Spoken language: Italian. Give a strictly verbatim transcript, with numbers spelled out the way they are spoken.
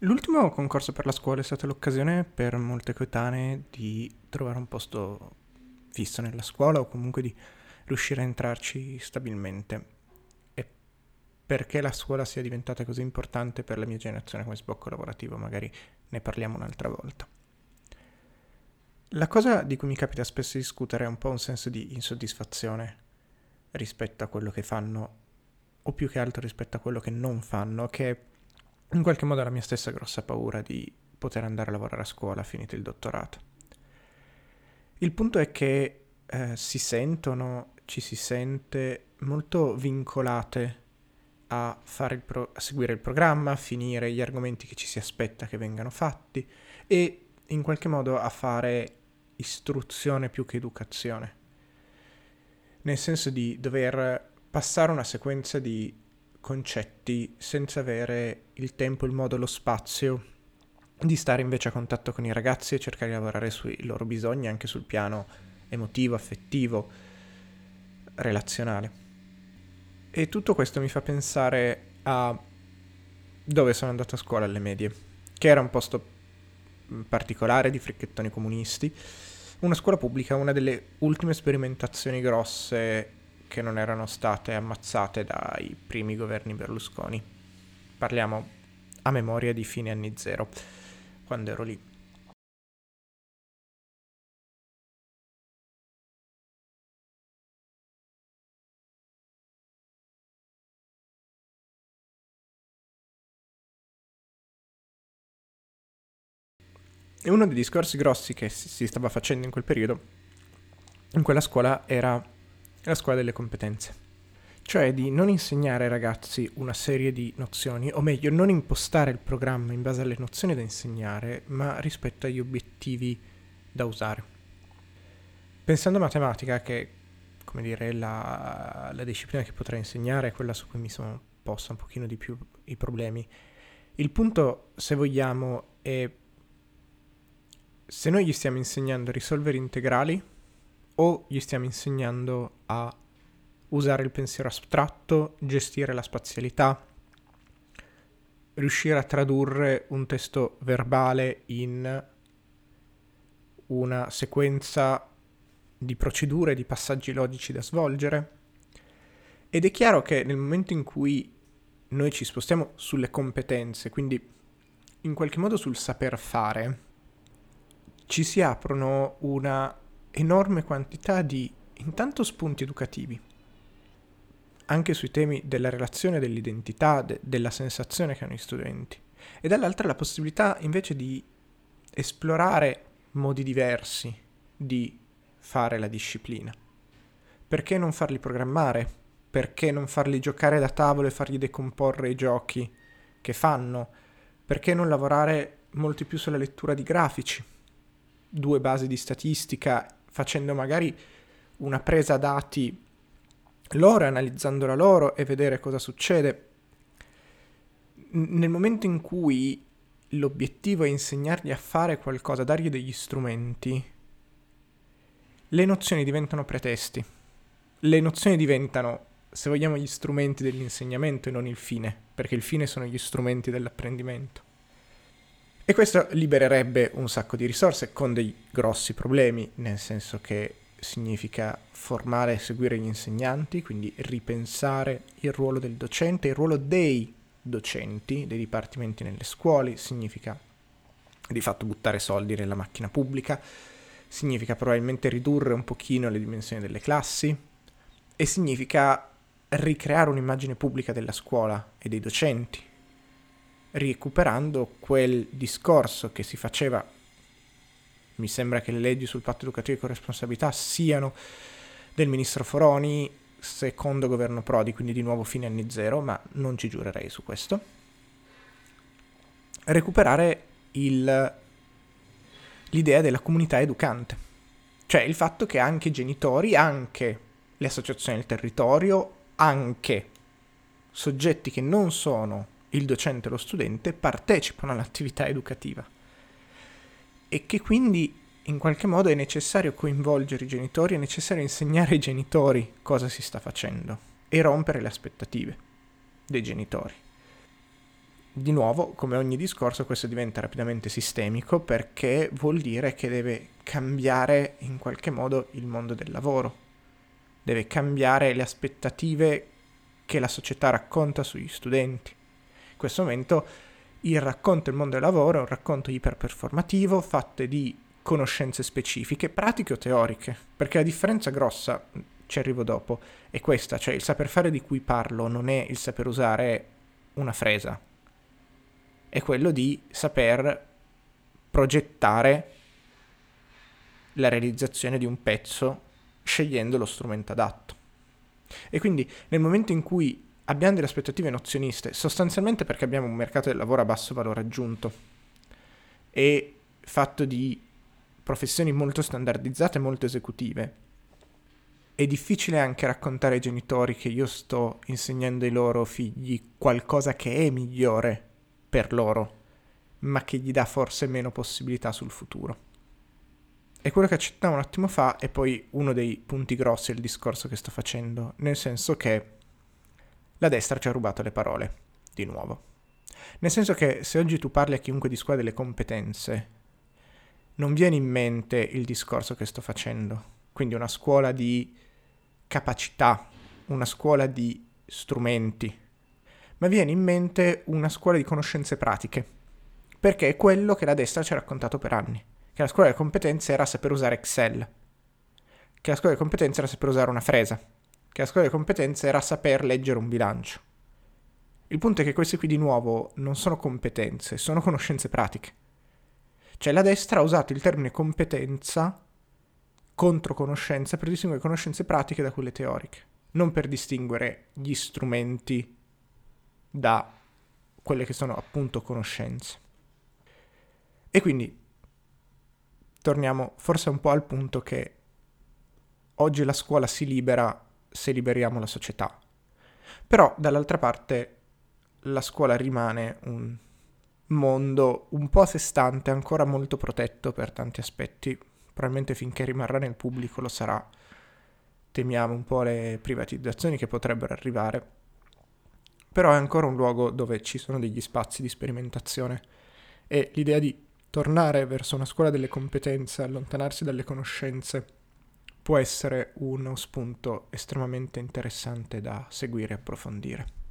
L'ultimo concorso per la scuola è stata l'occasione per molte coetanee di trovare un posto fisso nella scuola o comunque di riuscire a entrarci stabilmente. E perché la scuola sia diventata così importante per la mia generazione come sbocco lavorativo, magari ne parliamo un'altra volta. La cosa di cui mi capita spesso discutere è un po' un senso di insoddisfazione rispetto a quello che fanno, o più che altro rispetto a quello che non fanno, che in qualche modo è la mia stessa grossa paura di poter andare a lavorare a scuola finito il dottorato. Il punto è che eh, si sentono, ci si sente molto vincolate a, fare il pro- a seguire il programma, a finire gli argomenti che ci si aspetta che vengano fatti e in qualche modo a fare istruzione più che educazione. Nel senso di dover passare una sequenza di concetti senza avere il tempo, il modo, lo spazio di stare invece a contatto con i ragazzi e cercare di lavorare sui loro bisogni anche sul piano emotivo, affettivo, relazionale. E tutto questo mi fa pensare a dove sono andato a scuola alle medie, che era un posto particolare di fricchettoni comunisti, una scuola pubblica, una delle ultime sperimentazioni grosse che non erano state ammazzate dai primi governi Berlusconi. Parliamo a memoria di fine anni zero, quando ero lì. E uno dei discorsi grossi che si stava facendo in quel periodo, in quella scuola, era la scuola delle competenze. Cioè di non insegnare ai ragazzi una serie di nozioni, o meglio, non impostare il programma in base alle nozioni da insegnare, ma rispetto agli obiettivi da usare. Pensando a matematica, che, come dire, la, la disciplina che potrei insegnare è quella su cui mi sono posto un pochino di più i problemi, il punto, se vogliamo, è se noi gli stiamo insegnando a risolvere integrali o gli stiamo insegnando a usare il pensiero astratto, gestire la spazialità, riuscire a tradurre un testo verbale in una sequenza di procedure, di passaggi logici da svolgere. Ed è chiaro che nel momento in cui noi ci spostiamo sulle competenze, quindi in qualche modo sul saper fare, ci si aprono una enorme quantità di, intanto, spunti educativi, anche sui temi della relazione, dell'identità, de- della sensazione che hanno gli studenti, e dall'altra la possibilità invece di esplorare modi diversi di fare la disciplina. Perché non farli programmare? Perché non farli giocare da tavolo e fargli decomporre i giochi che fanno? Perché non lavorare molto più sulla lettura di grafici? Due basi di statistica, facendo magari una presa dati loro, analizzandola loro e vedere cosa succede. Nel momento in cui l'obiettivo è insegnargli a fare qualcosa, dargli degli strumenti, le nozioni diventano pretesti. Le nozioni diventano, se vogliamo, gli strumenti dell'insegnamento e non il fine, perché il fine sono gli strumenti dell'apprendimento. E questo libererebbe un sacco di risorse con dei grossi problemi, nel senso che significa formare e seguire gli insegnanti, quindi ripensare il ruolo del docente, il ruolo dei docenti, dei dipartimenti nelle scuole, significa di fatto buttare soldi nella macchina pubblica, significa probabilmente ridurre un pochino le dimensioni delle classi e significa ricreare un'immagine pubblica della scuola e dei docenti, recuperando quel discorso che si faceva. Mi sembra che le leggi sul patto educativo di corresponsabilità siano del ministro Foroni, secondo governo Prodi, quindi di nuovo fine anni zero, ma non ci giurerei su questo. Recuperare il, l'idea della comunità educante, cioè il fatto che anche i genitori, anche le associazioni del territorio, anche soggetti che non sono il docente o lo studente partecipano all'attività educativa e che quindi in qualche modo è necessario coinvolgere i genitori, è necessario insegnare ai genitori cosa si sta facendo e rompere le aspettative dei genitori. di nuovo, come ogni discorso, questo diventa rapidamente sistemico perché vuol dire che deve cambiare in qualche modo il mondo del lavoro, deve cambiare le aspettative che la società racconta sugli studenti. In questo momento il racconto del mondo del lavoro è un racconto iperperformativo, fatto di conoscenze specifiche, pratiche o teoriche, perché la differenza grossa, ci arrivo dopo, è questa, cioè il saper fare di cui parlo non è il saper usare una fresa, è quello di saper progettare la realizzazione di un pezzo scegliendo lo strumento adatto. E quindi nel momento in cui abbiamo delle aspettative nozioniste, sostanzialmente perché abbiamo un mercato del lavoro a basso valore aggiunto e fatto di professioni molto standardizzate e molto esecutive, è difficile anche raccontare ai genitori che io sto insegnando ai loro figli qualcosa che è migliore per loro, ma che gli dà forse meno possibilità sul futuro. E quello che accettavo un attimo fa è poi uno dei punti grossi del discorso che sto facendo, nel senso che la destra ci ha rubato le parole, di nuovo. Nel senso che se oggi tu parli a chiunque di scuola delle competenze, non viene in mente il discorso che sto facendo. Quindi una scuola di capacità, una scuola di strumenti, ma viene in mente una scuola di conoscenze pratiche, perché è quello che la destra ci ha raccontato per anni, che la scuola delle competenze era saper usare Excel, che la scuola delle competenze era saper usare una fresa, che la scuola delle competenze era saper leggere un bilancio. Il punto è che queste qui di nuovo non sono competenze, sono conoscenze pratiche. Cioè la destra ha usato il termine competenza contro conoscenza per distinguere conoscenze pratiche da quelle teoriche, non per distinguere gli strumenti da quelle che sono appunto conoscenze. E quindi torniamo forse un po' al punto che oggi la scuola si libera se liberiamo la società. Però dall'altra parte la scuola rimane un mondo un po' a sé stante, ancora molto protetto per tanti aspetti. Probabilmente finché rimarrà nel pubblico lo sarà. Temiamo un po' le privatizzazioni che potrebbero arrivare. Però è ancora un luogo dove ci sono degli spazi di sperimentazione e l'idea di tornare verso una scuola delle competenze, allontanarsi dalle conoscenze, può essere uno spunto estremamente interessante da seguire e approfondire.